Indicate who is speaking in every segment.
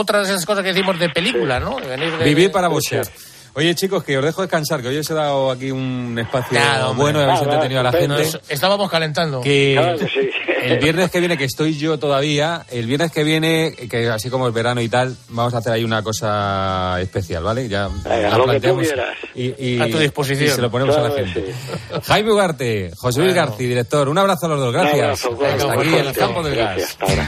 Speaker 1: Otras de esas cosas que decimos de película, ¿no?
Speaker 2: Vivir para boxear. Oye, chicos, que os dejo descansar, que hoy os he dado aquí un espacio bueno y habéis entretenido a la gente.
Speaker 1: Estábamos calentando.
Speaker 2: Que el viernes que viene, que estoy yo todavía, el viernes que viene, que así como es verano y tal, vamos a hacer ahí una cosa especial, ¿vale? Ya
Speaker 3: lo planteamos
Speaker 2: y
Speaker 1: a tu disposición.
Speaker 2: Y se lo ponemos a la gente. Sí. Jaime Ugarte, José Luis García, director, un abrazo a los dos, gracias. Hasta aquí en el Campo del Gas.
Speaker 3: Hasta ahora.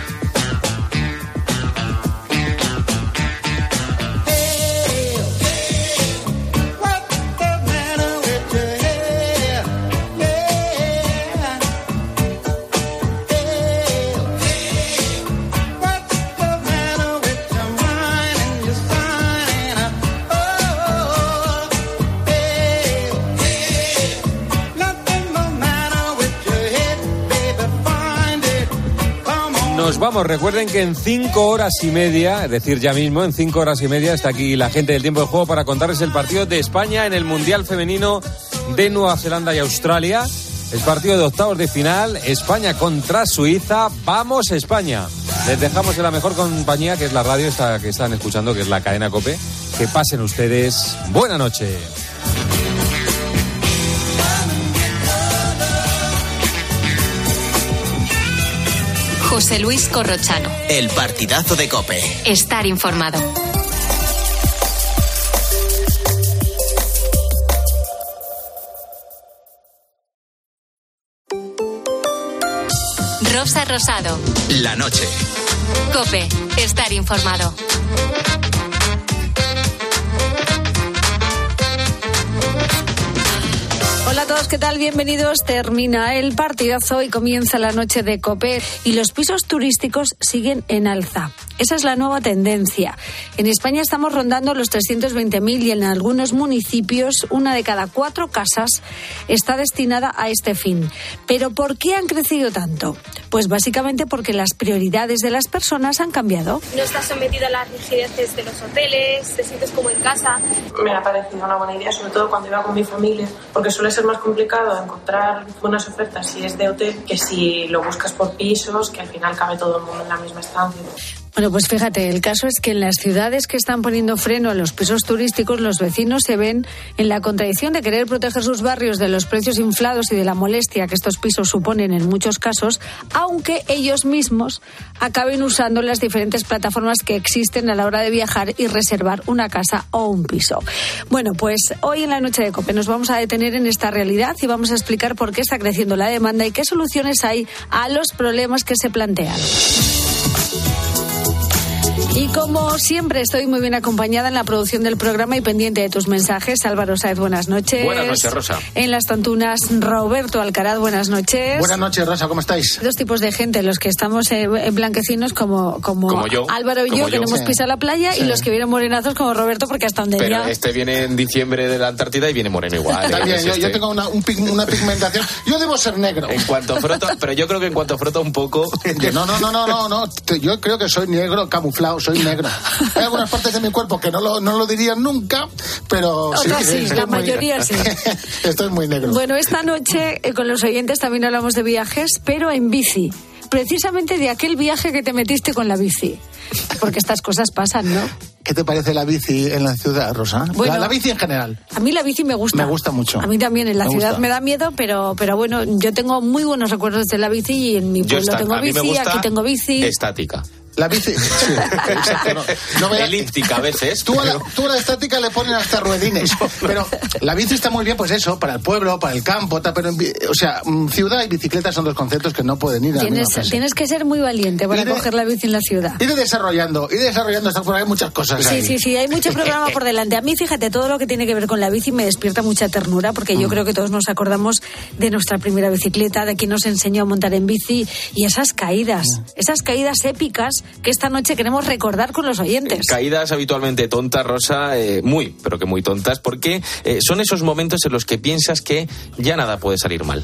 Speaker 2: Nos vamos, recuerden que en 5 horas y media, es decir, ya mismo, en 5 horas y media está aquí la gente del Tiempo de Juego para contarles el partido de España en el Mundial Femenino de Nueva Zelanda y Australia. El partido de octavos de final, España contra Suiza. ¡Vamos, España! Les dejamos en la mejor compañía, que es la radio esta que están escuchando, que es la cadena COPE. Que pasen ustedes. Buena noche.
Speaker 4: José Luis Corrochano.
Speaker 5: El partidazo de COPE.
Speaker 4: Estar informado. Rosa Rosado.
Speaker 5: La noche.
Speaker 4: COPE. Estar informado.
Speaker 6: Hola a todos, ¿qué tal? Bienvenidos. Termina el partidazo y comienza la noche de COPE y los pisos turísticos siguen en alza. Esa es la nueva tendencia. En España estamos rondando los 320.000 y en algunos municipios 1 de cada 4 casas está destinada a este fin. ¿Pero por qué han crecido tanto? Pues básicamente porque las prioridades de las personas han cambiado.
Speaker 7: No estás sometido a las rigideces de los hoteles, te sientes como en casa.
Speaker 8: Me ha parecido una buena idea, sobre todo cuando iba con mi familia, porque suele ser más complicado encontrar buenas ofertas si es de hotel que si lo buscas por pisos, que al final cabe todo el mundo en la misma estancia.
Speaker 6: Bueno, pues fíjate, el caso es que en las ciudades que están poniendo freno a los pisos turísticos, los vecinos se ven en la contradicción de querer proteger sus barrios de los precios inflados y de la molestia que estos pisos suponen en muchos casos, aunque ellos mismos acaben usando las diferentes plataformas que existen a la hora de viajar y reservar una casa o un piso. Bueno, pues hoy en la noche de COPE nos vamos a detener en esta realidad y vamos a explicar por qué está creciendo la demanda y qué soluciones hay a los problemas que se plantean. Y como siempre estoy muy bien acompañada en la producción del programa y pendiente de tus mensajes. Álvaro Sáez, buenas noches.
Speaker 9: Buenas noches, Rosa.
Speaker 6: En las tontunas, Roberto Alcaraz, buenas noches.
Speaker 10: Buenas noches, Rosa, ¿cómo estáis?
Speaker 6: Dos tipos de gente, los que estamos en blanquecinos como
Speaker 9: yo,
Speaker 6: Álvaro y yo, que no hemos pisado la playa, y los que vienen morenazos como Roberto, porque hasta donde
Speaker 9: Pero este viene en diciembre de la Antártida y viene moreno igual.
Speaker 10: También, yo tengo una pigmentación. Yo debo ser negro.
Speaker 9: En cuanto froto, pero yo creo que en cuanto froto un poco...
Speaker 10: No. Yo creo que soy negro camuflado, soy negro. Hay algunas partes de mi cuerpo que no lo dirían nunca, pero
Speaker 6: otras sí, la mayoría sí.
Speaker 10: Estoy muy negro.
Speaker 6: Bueno, esta noche con los oyentes también hablamos de viajes, pero en bici. Precisamente de aquel viaje que te metiste con la bici. Porque estas cosas pasan, ¿no?
Speaker 10: ¿Qué te parece la bici en la ciudad, Rosa?
Speaker 6: Bueno,
Speaker 10: la bici en general.
Speaker 6: A mí la bici me gusta.
Speaker 10: Me gusta mucho.
Speaker 6: A mí también, en la ciudad me da miedo, pero bueno, yo tengo muy buenos recuerdos de la bici y en mi pueblo tengo bici, aquí tengo bici.
Speaker 9: Estática.
Speaker 10: La bici, sí, exacto, no
Speaker 9: elíptica a veces.
Speaker 10: Tú a la estática le ponen hasta ruedines. Pero la bici está muy bien, pues eso, para el pueblo, para el campo, pero ciudad y bicicleta son dos conceptos que no pueden ir a la misma frase.
Speaker 6: Tienes que ser muy valiente para coger la bici en la ciudad.
Speaker 10: Ir desarrollando, hasta por ahí muchas cosas.
Speaker 6: Sí, hay mucho programa por delante. A mí, fíjate, todo lo que tiene que ver con la bici me despierta mucha ternura, porque yo creo que todos nos acordamos de nuestra primera bicicleta, de quien nos enseñó a montar en bici, y esas caídas épicas que esta noche queremos recordar con los oyentes.
Speaker 9: Caídas habitualmente tontas, Rosa, pero que muy tontas, porque son esos momentos en los que piensas que ya nada puede salir mal.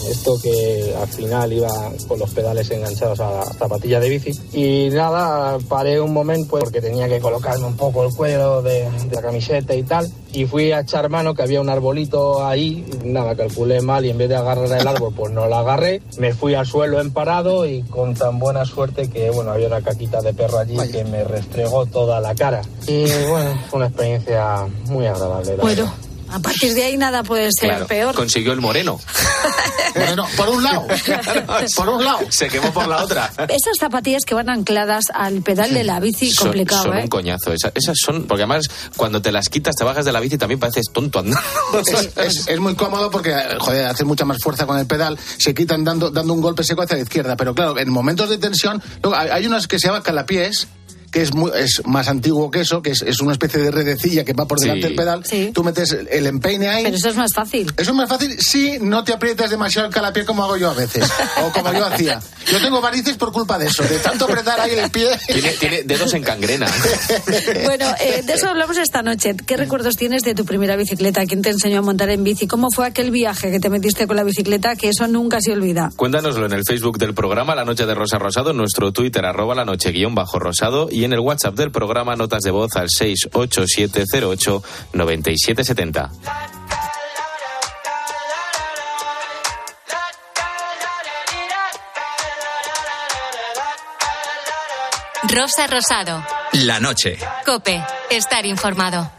Speaker 3: esto que al final iba con los pedales enganchados a la zapatilla de bici. Y nada, paré un momento pues, porque tenía que colocarme un poco el cuero de la camiseta y tal. Y fui a echar mano, que había un arbolito ahí. Nada, calculé mal y en vez de agarrar el árbol, pues no lo agarré. Me fui al suelo emparado y con tan buena suerte que, bueno, había una caquita de perro allí que me restregó toda la cara. Y bueno, fue una experiencia muy agradable.
Speaker 6: Bueno, a partir de ahí nada puede ser peor.
Speaker 9: Consiguió el moreno.
Speaker 10: Bueno, por un lado. Por un lado.
Speaker 9: Se quemó por la otra.
Speaker 6: Esas zapatillas que van ancladas al pedal de la bici, complicado,
Speaker 9: son un coñazo. Esas son, porque además cuando te las quitas, te bajas de la bici y también pareces tonto andando.
Speaker 10: Es muy cómodo porque, joder, hace mucha más fuerza con el pedal, se quitan dando un golpe seco hacia la izquierda. Pero claro, en momentos de tensión, luego hay unas que se llaman calapiés, que es más antiguo que eso, que es una especie de redecilla que va por delante del pedal. Sí. Tú metes el empeine ahí.
Speaker 6: Pero eso es más fácil.
Speaker 10: Eso es más fácil si no te aprietas demasiado el calapié como hago yo a veces, o como yo hacía. Yo tengo varices por culpa de eso, de tanto apretar ahí el pie.
Speaker 9: Tiene dedos en cangrena.
Speaker 6: Bueno, de eso hablamos esta noche. ¿Qué recuerdos tienes de tu primera bicicleta? ¿Quién te enseñó a montar en bici? ¿Cómo fue aquel viaje que te metiste con la bicicleta? Que eso nunca se olvida.
Speaker 9: Cuéntanoslo en el Facebook del programa La Noche de Rosa Rosado, en nuestro Twitter @lanoche_rosado y en el WhatsApp del programa, notas de voz al 687089770.
Speaker 4: Rosa Rosado.
Speaker 5: La noche.
Speaker 4: COPE. Estar informado.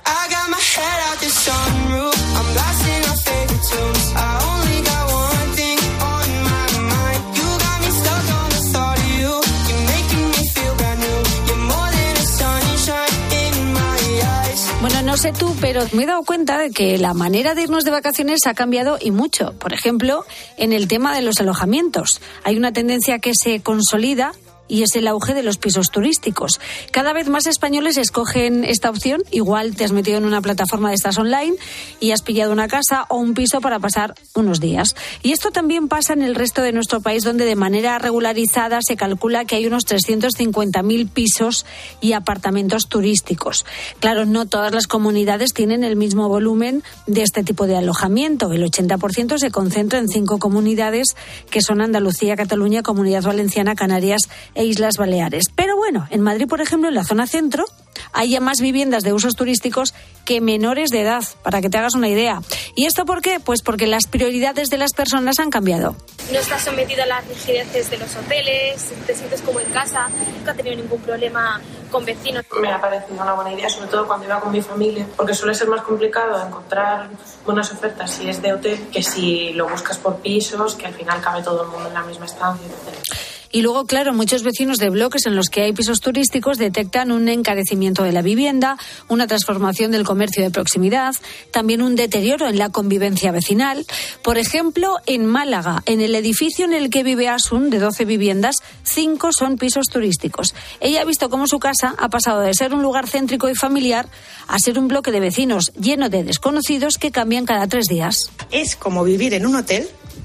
Speaker 6: Bueno, no sé tú, pero me he dado cuenta de que la manera de irnos de vacaciones ha cambiado y mucho. Por ejemplo, en el tema de los alojamientos. Hay una tendencia que se consolida y es el auge de los pisos turísticos. Cada vez más españoles escogen esta opción. Igual te has metido en una plataforma de estas online y has pillado una casa o un piso para pasar unos días. Y esto también pasa en el resto de nuestro país, donde de manera regularizada se calcula que hay unos 350.000 pisos y apartamentos turísticos. Claro, no todas las comunidades tienen el mismo volumen de este tipo de alojamiento. El 80% se concentra en 5 comunidades, que son Andalucía, Cataluña, Comunidad Valenciana, Canarias e Islas Baleares. Pero bueno, en Madrid, por ejemplo, en la zona centro, hay ya más viviendas de usos turísticos que menores de edad, para que te hagas una idea. ¿Y esto por qué? Pues porque las prioridades de las personas han cambiado.
Speaker 7: No estás sometido a las rigideces de los hoteles, te sientes como en casa, nunca he tenido ningún problema con vecinos.
Speaker 8: Me ha parecido una buena idea, sobre todo cuando iba con mi familia, porque suele ser más complicado encontrar buenas ofertas si es de hotel que si lo buscas por pisos, que al final cabe todo el mundo en la misma estancia, etc.
Speaker 6: Y luego, claro, muchos vecinos de bloques en los que hay pisos turísticos detectan un encarecimiento de la vivienda, una transformación del comercio de proximidad, también un deterioro en la convivencia vecinal. Por ejemplo, en Málaga, en el edificio en el que vive Asun, de 12 viviendas, 5 son pisos turísticos. Ella ha visto cómo su casa ha pasado de ser un lugar céntrico y familiar a ser un bloque de vecinos lleno de desconocidos que cambian cada 3 días.
Speaker 11: Es como vivir en un hotel,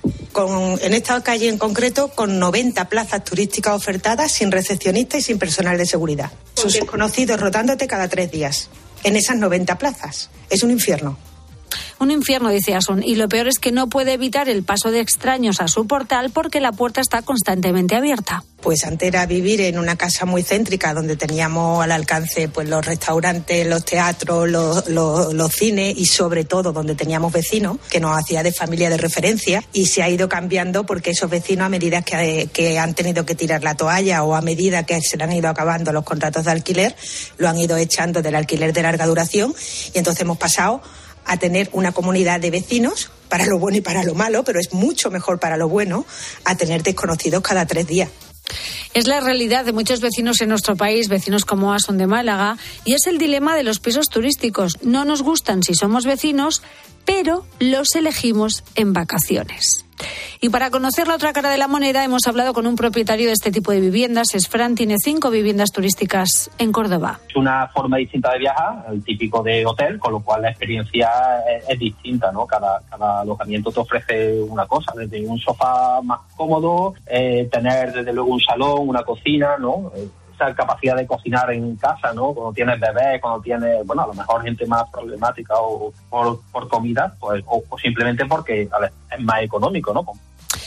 Speaker 11: en esta calle en concreto, con 90 plazas turísticas ofertadas, sin recepcionista y sin personal de seguridad. Sus desconocidos rotándote cada 3 días, en esas 90 plazas. Es un infierno.
Speaker 6: Un infierno, dice Asun, y lo peor es que no puede evitar el paso de extraños a su portal porque la puerta está constantemente abierta.
Speaker 11: Pues antes era vivir en una casa muy céntrica donde teníamos al alcance pues los restaurantes, los teatros, los cines y sobre todo donde teníamos vecinos que nos hacía de familia de referencia, y se ha ido cambiando porque esos vecinos, a medida que han tenido que tirar la toalla o a medida que se le han ido acabando los contratos de alquiler, lo han ido echando del alquiler de larga duración, y entonces hemos pasado a tener una comunidad de vecinos, para lo bueno y para lo malo, pero es mucho mejor para lo bueno, a tener desconocidos cada 3 días.
Speaker 6: Es la realidad de muchos vecinos en nuestro país, vecinos como Asun de Málaga, y es el dilema de los pisos turísticos. No nos gustan si somos vecinos, pero los elegimos en vacaciones. Y para conocer la otra cara de la moneda hemos hablado con un propietario de este tipo de viviendas. Fran tiene 5 viviendas turísticas en Córdoba.
Speaker 12: Es una forma distinta de viajar, el típico de hotel, con lo cual la experiencia es distinta, ¿no? Cada alojamiento te ofrece una cosa, desde un sofá más cómodo, tener desde luego un salón, una cocina, ¿no? Esa capacidad de cocinar en casa, ¿no? Cuando tienes bebés, cuando tienes, bueno, a lo mejor gente más problemática o por comida, pues o simplemente porque, a ver, es más económico, ¿no?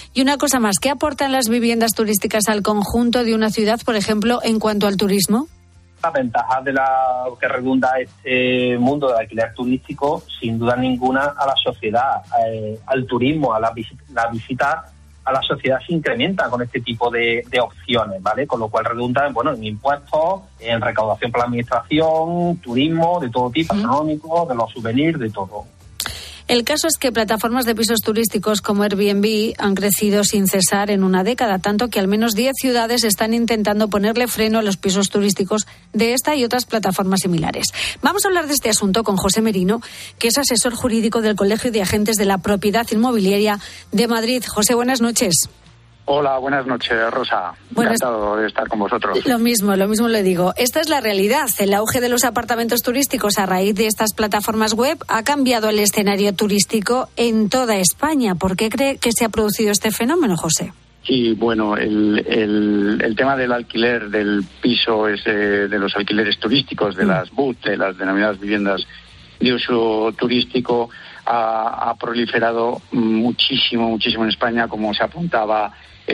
Speaker 6: Y una cosa más, ¿qué aportan las viviendas turísticas al conjunto de una ciudad, por ejemplo, en cuanto al turismo?
Speaker 12: La ventaja de la que redunda este mundo del alquiler turístico, sin duda ninguna, a la sociedad, al turismo, a la visita a la sociedad se incrementa con este tipo de opciones, ¿vale? Con lo cual redunda en impuestos, en recaudación para la administración, turismo de todo tipo, económico, de los souvenirs, de todo.
Speaker 6: El caso es que plataformas de pisos turísticos como Airbnb han crecido sin cesar en una década, tanto que al menos 10 ciudades están intentando ponerle freno a los pisos turísticos de esta y otras plataformas similares. Vamos a hablar de este asunto con José Merino, que es asesor jurídico del Colegio de Agentes de la Propiedad Inmobiliaria de Madrid. José, buenas noches.
Speaker 13: Hola, buenas noches, Rosa. Encantado de estar con vosotros.
Speaker 6: Lo mismo le digo. Esta es la realidad. El auge de los apartamentos turísticos a raíz de estas plataformas web ha cambiado el escenario turístico en toda España. ¿Por qué cree que se ha producido este fenómeno, José?
Speaker 13: Sí, bueno, el tema del alquiler del piso, de los alquileres turísticos, de las BUT, de las denominadas viviendas de uso turístico, ha proliferado muchísimo en España, como se apuntaba.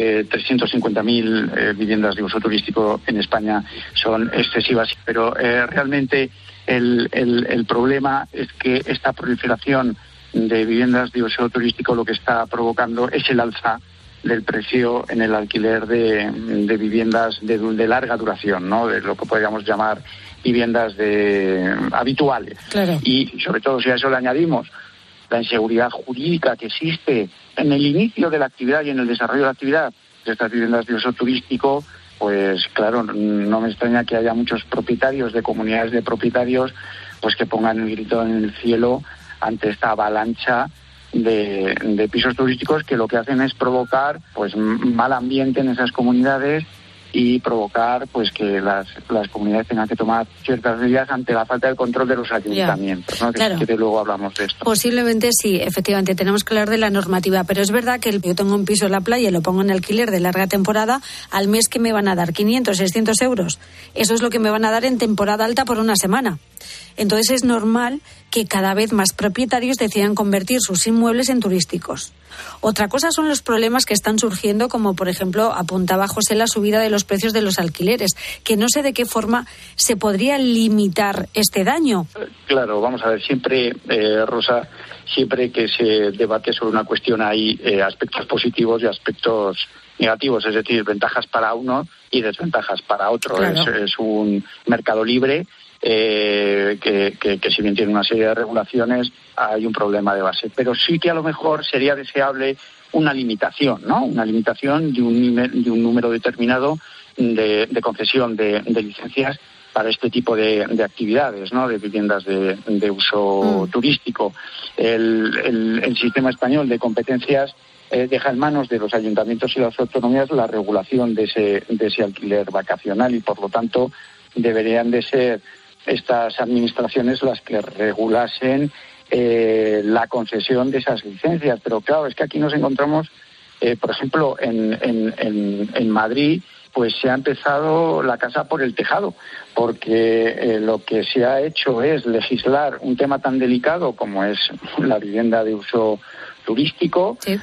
Speaker 13: 350.000 viviendas de uso turístico en España son excesivas, pero realmente el problema es que esta proliferación de viviendas de uso turístico lo que está provocando es el alza del precio en el alquiler de viviendas de larga duración, ¿no? De lo que podríamos llamar viviendas habituales.
Speaker 6: Claro.
Speaker 13: Y sobre todo si a eso le añadimos la inseguridad jurídica que existe en el inicio de la actividad y en el desarrollo de la actividad de estas viviendas de uso turístico, pues claro, no me extraña que haya muchos propietarios de comunidades de propietarios pues que pongan el grito en el cielo ante esta avalancha de pisos turísticos que lo que hacen es provocar pues mal ambiente en esas comunidades y provocar pues que las comunidades tengan que tomar ciertas medidas ante la falta de control de los ayuntamientos, ¿no?
Speaker 6: Claro.
Speaker 13: Que luego hablamos de esto.
Speaker 6: Posiblemente sí, efectivamente, tenemos que hablar de la normativa, pero es verdad que yo tengo un piso en la playa y lo pongo en alquiler de larga temporada, al mes que me van a dar 500, 600 euros. Eso es lo que me van a dar en temporada alta por una semana. Entonces es normal que cada vez más propietarios decidan convertir sus inmuebles en turísticos. Otra cosa son los problemas que están surgiendo, como por ejemplo apuntaba José, la subida de los precios de los alquileres, que no sé de qué forma se podría limitar este daño.
Speaker 13: Claro, vamos a ver, siempre, Rosa, siempre que se debate sobre una cuestión hay aspectos positivos y aspectos negativos, es decir, ventajas para uno y desventajas para otro. Claro. Es un mercado libre que si bien tiene una serie de regulaciones, hay un problema de base. Pero sí que a lo mejor sería deseable una limitación, ¿no? Una limitación de un número determinado de concesión de licencias para este tipo de actividades, ¿no? De viviendas de uso turístico. El sistema español de competencias deja en manos de los ayuntamientos y las autonomías la regulación de ese alquiler vacacional y, por lo tanto, deberían de ser estas administraciones las que regulasen la concesión de esas licencias. Pero claro, es que aquí nos encontramos, por ejemplo, en Madrid, pues se ha empezado la casa por el tejado, porque lo que se ha hecho es legislar un tema tan delicado como es la vivienda de uso turístico, sí,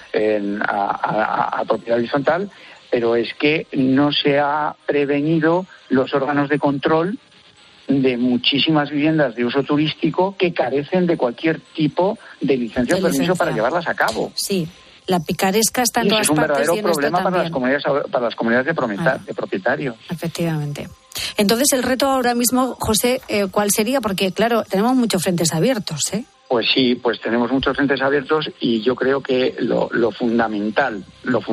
Speaker 13: a propiedad horizontal, pero es que no se ha prevenido los órganos de control de muchísimas viviendas de uso turístico que carecen de cualquier tipo de licencia o permiso para llevarlas a cabo.
Speaker 6: Sí, la picaresca está en todas partes.
Speaker 13: Es un verdadero problema para las comunidades de propietarios.
Speaker 6: Efectivamente. Entonces, el reto ahora mismo, José, ¿cuál sería? Porque, claro, tenemos muchos frentes abiertos, ¿eh?
Speaker 13: Pues sí, pues tenemos muchos frentes abiertos y yo creo que lo fundamental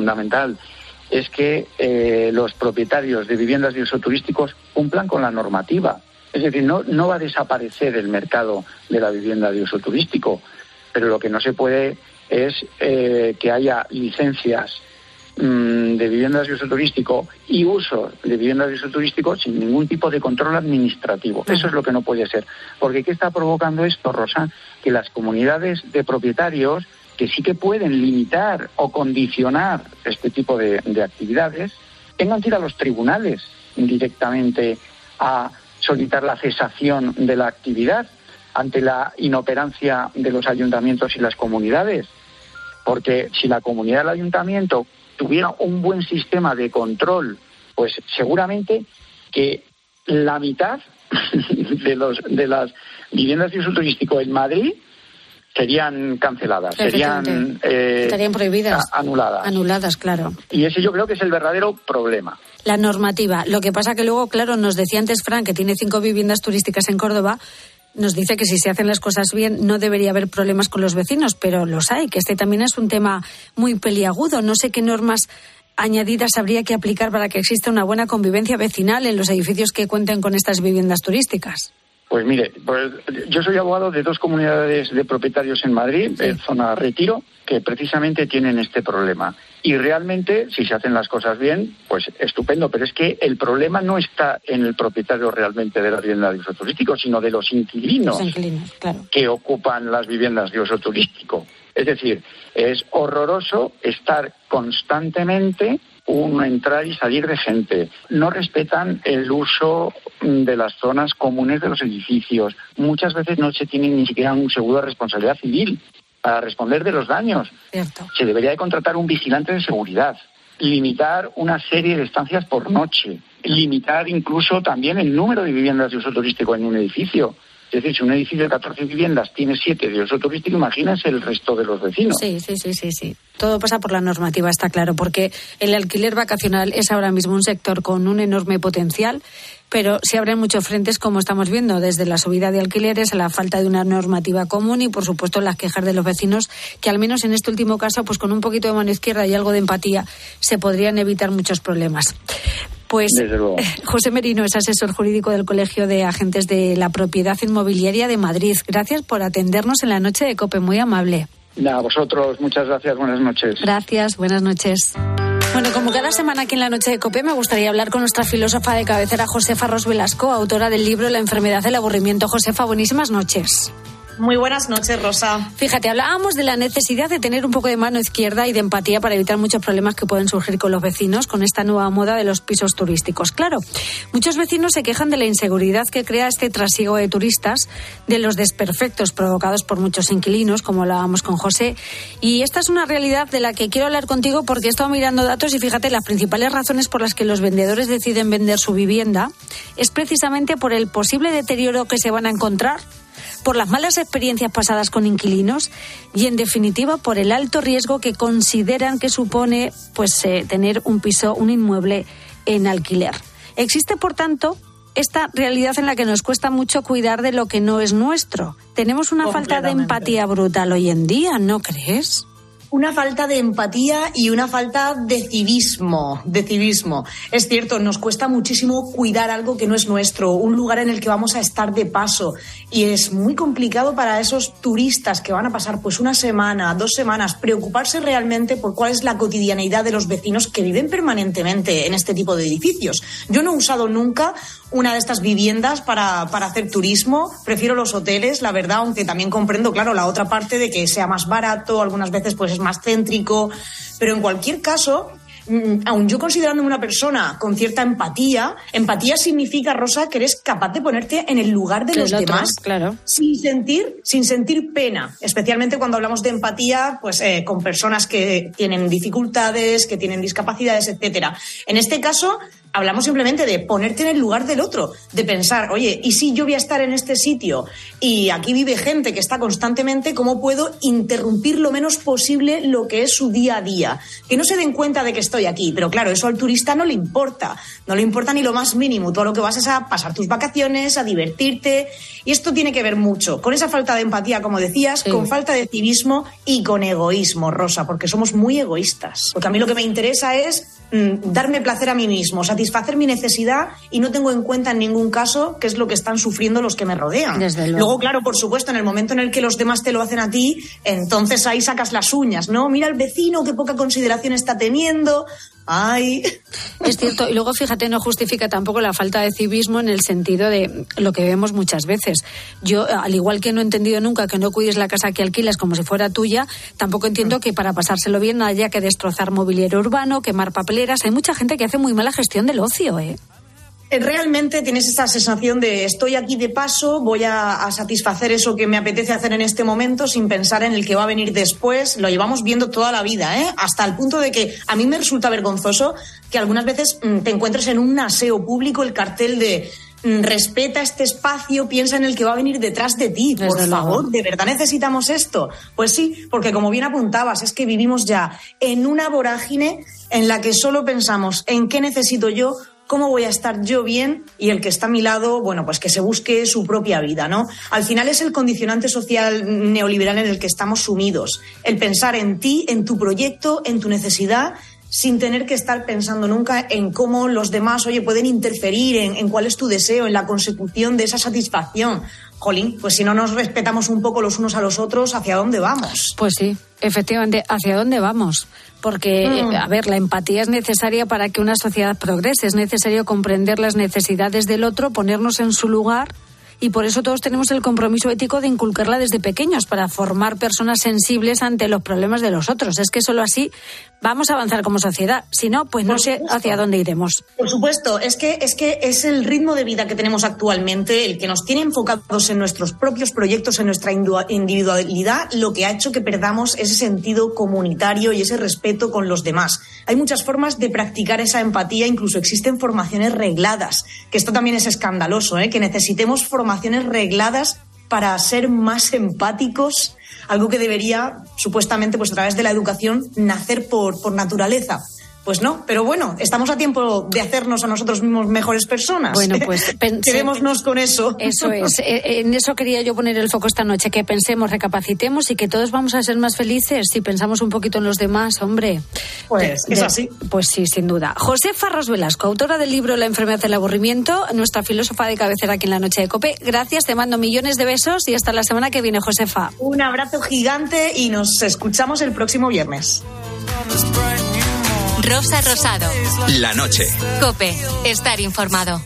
Speaker 13: es que los propietarios de viviendas de uso turísticos cumplan con la normativa. Es decir, no va a desaparecer el mercado de la vivienda de uso turístico, pero lo que no se puede es que haya licencias de viviendas de uso turístico y uso de viviendas de uso turístico sin ningún tipo de control administrativo. Eso es lo que no puede ser. Porque ¿qué está provocando esto, Rosa? Que las comunidades de propietarios, que sí que pueden limitar o condicionar este tipo de actividades, tengan que ir a los tribunales directamente a solicitar la cesación de la actividad ante la inoperancia de los ayuntamientos y las comunidades. porque si la comunidad del ayuntamiento tuviera un buen sistema de control, pues seguramente que la mitad de las viviendas de uso turístico en Madrid serían canceladas,
Speaker 6: estarían prohibidas, anuladas, claro.
Speaker 13: Y ese yo creo que es el verdadero problema.
Speaker 6: La normativa. Lo que pasa que luego, claro, nos decía antes Fran, que tiene 5 viviendas turísticas en Córdoba, nos dice que si se hacen las cosas bien no debería haber problemas con los vecinos, pero los hay, que este también es un tema muy peliagudo. No sé qué normas añadidas habría que aplicar para que exista una buena convivencia vecinal en los edificios que cuenten con estas viviendas turísticas.
Speaker 13: Pues mire, yo soy abogado de 2 comunidades de propietarios en Madrid, en zona Retiro, que precisamente tienen este problema. Y realmente, si se hacen las cosas bien, pues estupendo. Pero es que el problema no está en el propietario realmente de la vivienda de uso turístico, sino de los inquilinos,
Speaker 6: claro,
Speaker 13: que ocupan las viviendas de uso turístico. Es decir, es horroroso estar constantemente uno entrar y salir de gente. No respetan el uso de las zonas comunes de los edificios. Muchas veces no se tiene ni siquiera un seguro de responsabilidad civil para responder de los daños.
Speaker 6: Cierto.
Speaker 13: Se debería de contratar un vigilante de seguridad, limitar una serie de estancias por noche, limitar incluso también el número de viviendas de uso turístico en un edificio. Es decir, si un edificio de 14 viviendas tiene 7 de uso turístico, imagínense el resto de los vecinos.
Speaker 6: Sí. Todo pasa por la normativa, está claro, porque el alquiler vacacional es ahora mismo un sector con un enorme potencial, pero se abren muchos frentes, como estamos viendo, desde la subida de alquileres a la falta de una normativa común y, por supuesto, las quejas de los vecinos, que al menos en este último caso, pues con un poquito de mano izquierda y algo de empatía, se podrían evitar muchos problemas. Pues José Merino es asesor jurídico del Colegio de Agentes de la Propiedad Inmobiliaria de Madrid. Gracias por atendernos en la noche de COPE, muy amable.
Speaker 13: A vosotros, muchas gracias, buenas noches.
Speaker 6: Gracias, buenas noches. Bueno, como cada semana aquí en la noche de COPE, me gustaría hablar con nuestra filósofa de cabecera, Josefa Ros Velasco, autora del libro La enfermedad del aburrimiento. Josefa, buenísimas noches.
Speaker 14: Muy buenas noches, Rosa.
Speaker 6: Fíjate, hablábamos de la necesidad de tener un poco de mano izquierda y de empatía para evitar muchos problemas que pueden surgir con los vecinos con esta nueva moda de los pisos turísticos. Claro, muchos vecinos se quejan de la inseguridad que crea este trasiego de turistas, de los desperfectos provocados por muchos inquilinos, como hablábamos con José. Y esta es una realidad de la que quiero hablar contigo porque he estado mirando datos y fíjate, las principales razones por las que los vendedores deciden vender su vivienda es precisamente por el posible deterioro que se van a encontrar, por las malas experiencias pasadas con inquilinos y, en definitiva, por el alto riesgo que consideran que supone tener un piso, un inmueble en alquiler. Existe, por tanto, esta realidad en la que nos cuesta mucho cuidar de lo que no es nuestro. Tenemos una falta de empatía brutal hoy en día, ¿no crees?
Speaker 14: Una falta de empatía y una falta de civismo. Es cierto, nos cuesta muchísimo cuidar algo que no es nuestro, un lugar en el que vamos a estar de paso. Y es muy complicado para esos turistas que van a pasar pues 1 semana, 2 semanas, preocuparse realmente por cuál es la cotidianeidad de los vecinos que viven permanentemente en este tipo de edificios. Yo no he usado nunca una de estas viviendas para hacer turismo. Prefiero los hoteles, la verdad, aunque también comprendo, claro, la otra parte de que sea más barato, algunas veces pues es más céntrico, pero en cualquier caso, aun yo considerándome una persona con cierta empatía significa, Rosa, que eres capaz de ponerte en el lugar de los demás,
Speaker 6: claro,
Speaker 14: sin sentir pena, especialmente cuando hablamos de empatía, pues con personas que tienen dificultades, que tienen discapacidades, etcétera. En este caso, hablamos simplemente de ponerte en el lugar del otro, de pensar, oye, ¿y si yo voy a estar en este sitio y aquí vive gente que está constantemente, cómo puedo interrumpir lo menos posible lo que es su día a día? Que no se den cuenta de que estoy aquí, pero claro, eso al turista no le importa ni lo más mínimo. Tú a lo que vas es a pasar tus vacaciones, a divertirte, y esto tiene que ver mucho con esa falta de empatía, como decías, con falta de civismo y con egoísmo, Rosa, porque somos muy egoístas. Porque a mí lo que me interesa es darme placer a mí mismo, satisfacer mi necesidad, y no tengo en cuenta en ningún caso qué es lo que están sufriendo los que me rodean.
Speaker 6: Desde luego.
Speaker 14: Luego, claro, por supuesto, en el momento en el que los demás te lo hacen a ti, entonces ahí sacas las uñas, ¿no? Mira al vecino, qué poca consideración está teniendo. Ay.
Speaker 6: Es cierto, y luego fíjate, no justifica tampoco la falta de civismo en el sentido de lo que vemos muchas veces. Yo, al igual que no he entendido nunca que no cuides la casa que alquilas como si fuera tuya, tampoco entiendo que para pasárselo bien haya que destrozar mobiliario urbano, quemar papeleras. Hay mucha gente que hace muy mala gestión del ocio, ¿eh?
Speaker 14: realmente tienes esa sensación de estoy aquí de paso, voy a satisfacer eso que me apetece hacer en este momento sin pensar en el que va a venir después. Lo llevamos viendo toda la vida, hasta el punto de que a mí me resulta vergonzoso que algunas veces te encuentres en un aseo público el cartel de respeta este espacio, piensa en el que va a venir detrás de ti. Por favor, ¿de verdad necesitamos esto? Pues sí, porque como bien apuntabas, es que vivimos ya en una vorágine en la que solo pensamos en qué necesito yo, cómo voy a estar yo bien, y el que está a mi lado, bueno, pues que se busque su propia vida, ¿no? Al final es el condicionante social neoliberal en el que estamos sumidos. El pensar en ti, en tu proyecto, en tu necesidad, sin tener que estar pensando nunca en cómo los demás, pueden interferir en cuál es tu deseo, en la consecución de esa satisfacción. Jolín, pues si no nos respetamos un poco los unos a los otros, ¿hacia dónde vamos?
Speaker 6: Pues sí, efectivamente, ¿hacia dónde vamos? Porque, a ver, la empatía es necesaria para que una sociedad progrese, es necesario comprender las necesidades del otro, ponernos en su lugar, y por eso todos tenemos el compromiso ético de inculcarla desde pequeños para formar personas sensibles ante los problemas de los otros. Es que solo así vamos a avanzar como sociedad. Si no, pues no sé hacia dónde iremos.
Speaker 14: Por supuesto, es que es el ritmo de vida que tenemos actualmente el que nos tiene enfocados en nuestros propios proyectos, en nuestra individualidad, lo que ha hecho que perdamos ese sentido comunitario y ese respeto con los demás. Hay muchas formas de practicar esa empatía, incluso existen formaciones regladas, que esto también es escandaloso, que necesitemos formaciones regladas para ser más empáticos, algo que debería, supuestamente, pues a través de la educación, nacer por naturaleza. Pues no, pero bueno, estamos a tiempo de hacernos a nosotros mismos mejores personas.
Speaker 6: Bueno, pues
Speaker 14: quedémonos con eso.
Speaker 6: Eso es, en eso quería yo poner el foco esta noche, que pensemos, recapacitemos y que todos vamos a ser más felices si pensamos un poquito en los demás, hombre.
Speaker 14: Pues es así.
Speaker 6: Pues sí, sin duda. Josefa Ros Velasco, autora del libro La enfermedad del aburrimiento, nuestra filósofa de cabecera aquí en La Noche de COPE. Gracias, te mando millones de besos y hasta la semana que viene, Josefa.
Speaker 14: Un abrazo gigante y nos escuchamos el próximo viernes.
Speaker 4: Rosa Rosado.
Speaker 5: La noche.
Speaker 4: COPE. Estar informado.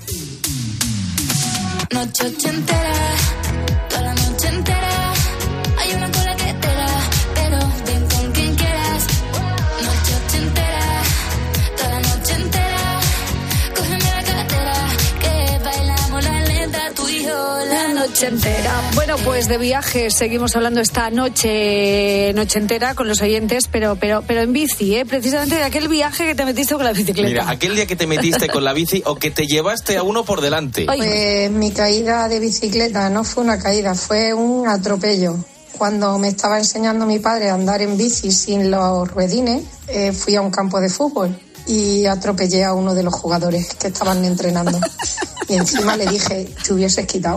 Speaker 15: Noche ochentera, toda la noche entera. Hay una cola que te da, pero ven con quien quieras. Noche ochentera, toda la noche entera. Cógeme la cartera, que bailamos la lenta, tú y yo la noche entera.
Speaker 6: Bueno, pues de viajes seguimos hablando esta noche entera con los oyentes, pero en bici, precisamente de aquel viaje que te metiste con la bicicleta.
Speaker 9: Mira, aquel día que te metiste con la bici o que te llevaste a uno por delante.
Speaker 16: Pues mi caída de bicicleta no fue una caída, fue un atropello. Cuando me estaba enseñando mi padre a andar en bici sin los ruedines, fui a un campo de fútbol y atropellé a uno de los jugadores que estaban entrenando. Y encima le dije, te hubieses quitado.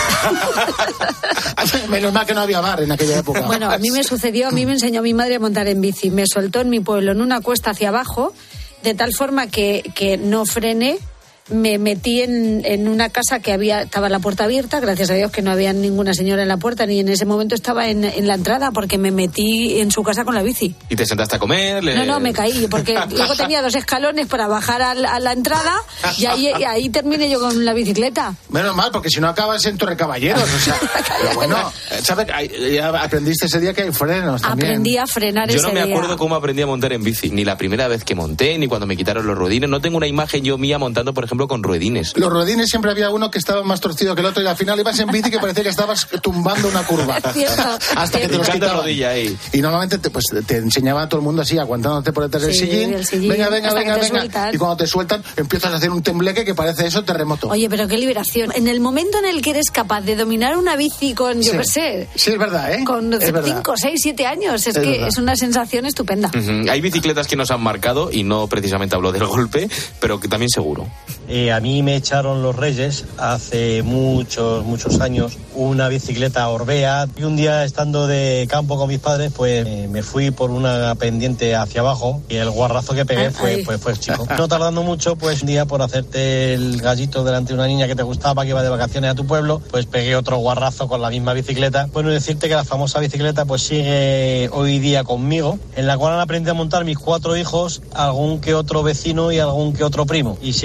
Speaker 10: Menos mal que no había bar en aquella época.
Speaker 6: Bueno, a mí me enseñó mi madre a montar en bici. Me soltó en mi pueblo en una cuesta hacia abajo, de tal forma que no frené. Me metí en una casa que estaba la puerta abierta, gracias a Dios que no había ninguna señora en la puerta, ni en ese momento estaba en la entrada, porque me metí en su casa con la bici.
Speaker 9: ¿Y te sentaste a comer?
Speaker 6: No, me caí, porque luego tenía 2 escalones para bajar a la entrada, y ahí terminé yo con la bicicleta.
Speaker 10: Menos mal, porque si no acabas en Torrecaballeros, o sea, pero bueno, ¿sabes? Ya aprendiste ese día que hay frenos también.
Speaker 6: Aprendí a frenar ese día.
Speaker 9: Yo no me acuerdo cómo aprendí a montar en bici, ni la primera vez que monté, ni cuando me quitaron los ruedines. No tengo una imagen yo mía montando, por ejemplo, con ruedines.
Speaker 10: Los ruedines siempre había uno que estaba más torcido que el otro y al final ibas en bici que parecía que estabas tumbando una curva. Hasta que te los quitaban. Y normalmente te enseñaba a todo el mundo así, aguantándote por detrás del sillín. Venga. Y cuando te sueltan, empiezas a hacer un tembleque que parece eso terremoto.
Speaker 6: Oye, pero qué liberación. En el momento en el que eres capaz de dominar una bici con, yo qué sé.
Speaker 10: Sí, es verdad,
Speaker 6: con 5, 6, 7 años. Es que es una sensación estupenda.
Speaker 9: Hay bicicletas que nos han marcado, y no precisamente hablo del golpe, pero que también seguro.
Speaker 17: A mí me echaron los Reyes hace muchos años una bicicleta Orbea, y un día estando de campo con mis padres, pues me fui por una pendiente hacia abajo y el guarrazo que pegué fue chico. No tardando mucho, pues un día por hacerte el gallito delante de una niña que te gustaba, que iba de vacaciones a tu pueblo, pues pegué otro guarrazo con la misma bicicleta. Bueno, decirte que la famosa bicicleta pues sigue hoy día conmigo, en la cual han aprendido a montar mis 4 hijos, algún que otro vecino y algún que otro primo, y sigue estando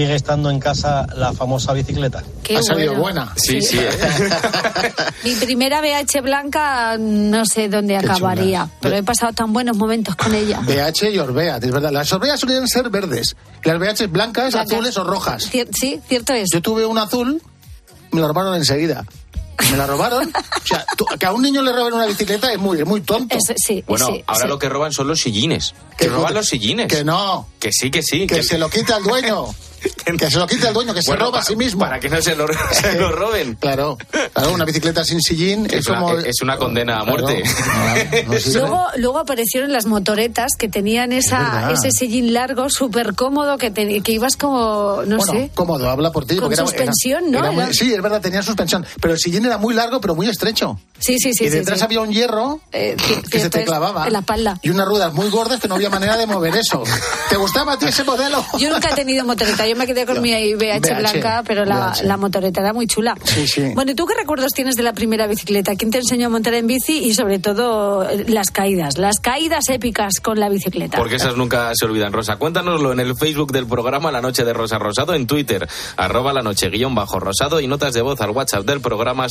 Speaker 17: montando en casa la famosa bicicleta.
Speaker 10: Ha salido buena.
Speaker 9: Sí.
Speaker 6: Mi primera BH blanca no sé dónde acabaría, pero he pasado tan buenos momentos con ella.
Speaker 10: BH y Orbea, es verdad. Las Orbeas solían ser verdes. Las BH blancas, azules o rojas.
Speaker 6: Sí, cierto es.
Speaker 10: Yo tuve una azul, me la robaron enseguida. Me la robaron. O sea, que a un niño le roben una bicicleta es muy tonto.
Speaker 9: Ahora lo que roban son los sillines. Que roban los sillines.
Speaker 10: Que no.
Speaker 9: Que sí.
Speaker 10: Que se lo quita el dueño. Que se lo quite el dueño, que se roba a sí mismo.
Speaker 9: Para que no se lo roben.
Speaker 10: Claro, una bicicleta sin sillín
Speaker 9: es una condena a muerte.
Speaker 6: Luego aparecieron las motoretas que tenían ese sillín largo, súper cómodo, que ibas como, no sé.
Speaker 10: Cómodo, habla por ti.
Speaker 6: Con suspensión, ¿no?
Speaker 10: Sí, es verdad, tenía suspensión. Pero el sillín era muy largo, pero muy estrecho.
Speaker 6: Sí.
Speaker 10: Y detrás había un hierro que se te clavaba.
Speaker 6: En la espalda.
Speaker 10: Y unas ruedas muy gordas que no había manera de mover eso. ¿Te gustaba a ti ese modelo?
Speaker 6: Yo nunca he tenido motoreta. Yo me quedé con mi BH blanca, pero la motoreta era muy chula.
Speaker 10: Sí.
Speaker 6: Bueno, ¿y tú qué recuerdos tienes de la primera bicicleta? ¿Quién te enseñó a montar en bici? Y sobre todo las caídas épicas con la bicicleta.
Speaker 9: Porque esas nunca se olvidan, Rosa. Cuéntanoslo en el Facebook del programa La Noche de Rosa Rosado, en Twitter, @lanoche_rosado, y notas de voz al WhatsApp del programa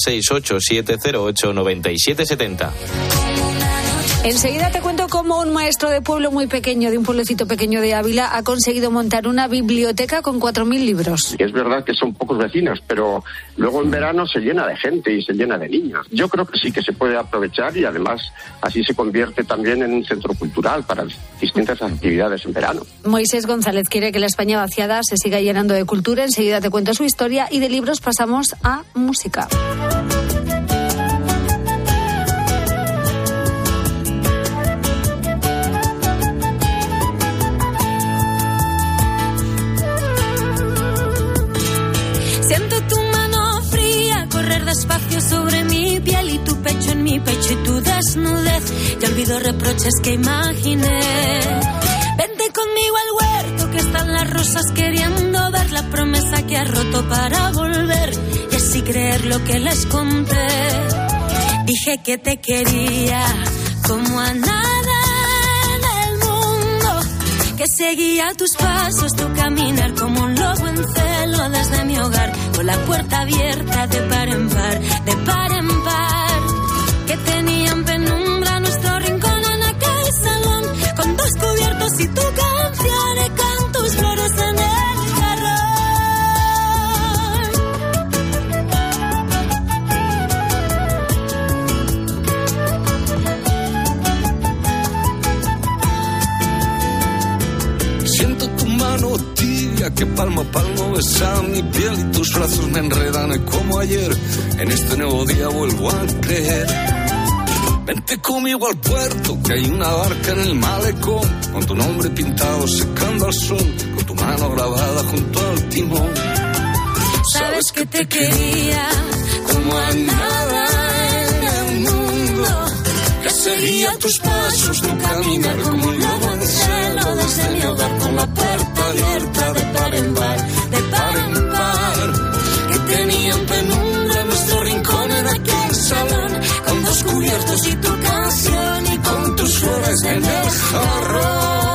Speaker 9: 687089770.
Speaker 6: Enseguida te cuento cómo un maestro de pueblo muy pequeño, de un pueblecito pequeño de Ávila, ha conseguido montar una biblioteca con 4.000 libros.
Speaker 18: Es verdad que son pocos vecinos, pero luego en verano se llena de gente y se llena de niños. Yo creo que sí que se puede aprovechar y además así se convierte también en un centro cultural para distintas actividades en verano.
Speaker 6: Moisés González quiere que la España vaciada se siga llenando de cultura. Enseguida te cuento su historia, y de libros pasamos a música.
Speaker 15: Siento tu mano fría correr despacio sobre mi piel y tu pecho en mi pecho y tu desnudez. Ya olvido reproches que imaginé. Vente conmigo al huerto que están las rosas queriendo ver la promesa que has roto para volver y así creer lo que les conté. Dije que te quería como a nada en el mundo, que seguía tus pasos, tu caminar como un lobo en celo desde mi hogar, con la puerta abierta de par en par, que tenía en penumbra nuestro rincón en aquel salón, con dos cubiertos y tu canción y con tus flores en el
Speaker 19: que palmo a palmo besa mi piel y tus brazos me enredan y como ayer en este nuevo día vuelvo a creer. Vente conmigo al puerto que hay una barca en el malecón con tu nombre pintado secando al sol, con tu mano grabada junto al timón.
Speaker 15: Sabes que te quería como a nada en el mundo, que seguía tus pasos, tu caminar como un lobo en celo desde mi hogar, con la puerta abierta de par en par, que tenía en penumbra nuestro rincón en aquel salón, con dos cubiertos y tu canción y con tus flores en el jarrón.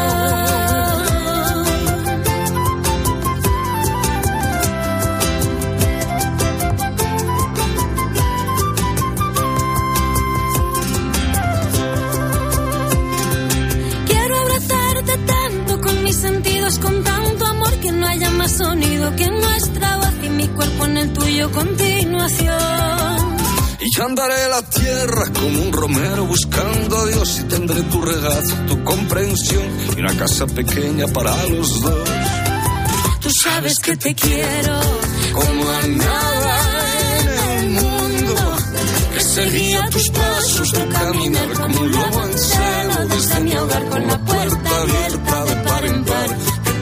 Speaker 15: Con tanto amor que no haya más sonido que nuestra voz y mi cuerpo en el tuyo continuación.
Speaker 19: Y yo andaré la tierra como un romero buscando a Dios y tendré tu regazo, tu comprensión y una casa pequeña para los dos.
Speaker 15: Tú sabes que te quiero como a nada en el mundo, que seguía tus pasos, tu caminar como un lobo en celo desde mi hogar, con la puerta abierta de par en par,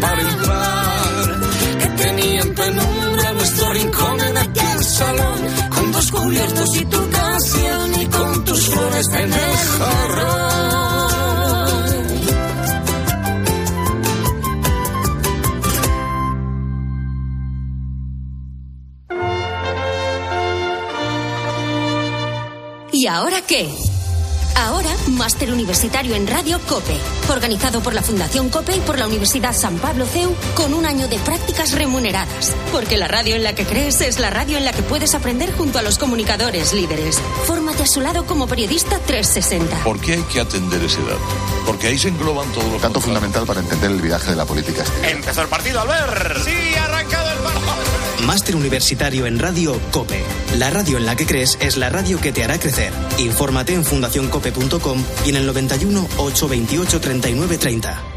Speaker 15: que tenía en penumbra nuestro rincón en aquel salón, con dos cubiertos y tu canción y con tus flores en el jarrón.
Speaker 4: ¿Y ahora qué?
Speaker 20: Ahora, máster universitario en Radio COPE, organizado por la Fundación COPE y por la Universidad San Pablo CEU, con un año de prácticas remuneradas. Porque la radio en la que crees es la radio en la que puedes aprender junto a los comunicadores líderes. Fórmate a su lado como periodista 360.
Speaker 21: ¿Por qué hay que atender ese dato? Porque ahí se engloban todos los
Speaker 22: dato fundamental para entender el viraje de la política exterior.
Speaker 23: Empezó el partido, Albert. Sí, ha arrancado el partido.
Speaker 24: Máster universitario en Radio COPE. La radio en la que crees es la radio que te hará crecer. Infórmate en fundacioncope.com y en el 91 828 39 30.